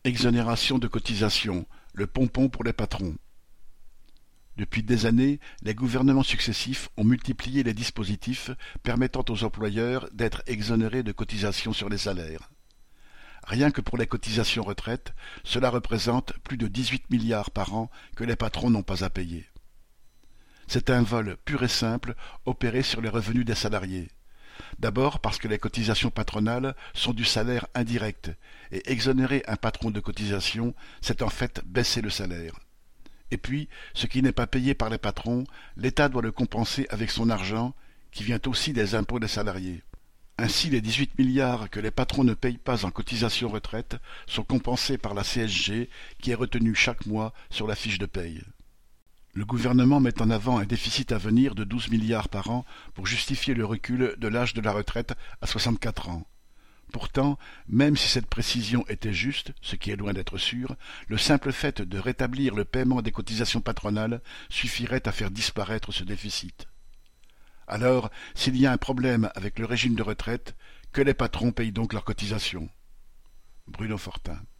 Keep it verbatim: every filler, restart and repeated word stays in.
Exonération de cotisations, le pompon pour les patrons. Depuis des années, les gouvernements successifs ont multiplié les dispositifs permettant aux employeurs d'être exonérés de cotisations sur les salaires. Rien que pour les cotisations retraite, cela représente plus de dix-huit milliards par an que les patrons n'ont pas à payer. C'est un vol pur et simple opéré sur les revenus des salariés. D'abord parce que les cotisations patronales sont du salaire indirect, et exonérer un patron de cotisations, c'est en fait baisser le salaire. Et puis, ce qui n'est pas payé par les patrons, l'État doit le compenser avec son argent, qui vient aussi des impôts des salariés. Ainsi, les dix-huit milliards que les patrons ne payent pas en cotisations retraite sont compensés par la C S G, qui est retenue chaque mois sur la fiche de paye. Le gouvernement met en avant un déficit à venir de douze milliards par an pour justifier le recul de l'âge de la retraite à soixante-quatre ans. Pourtant, même si cette précision était juste, ce qui est loin d'être sûr, le simple fait de rétablir le paiement des cotisations patronales suffirait à faire disparaître ce déficit. Alors, s'il y a un problème avec le régime de retraite, que les patrons payent donc leurs cotisations. Bruno Fortin.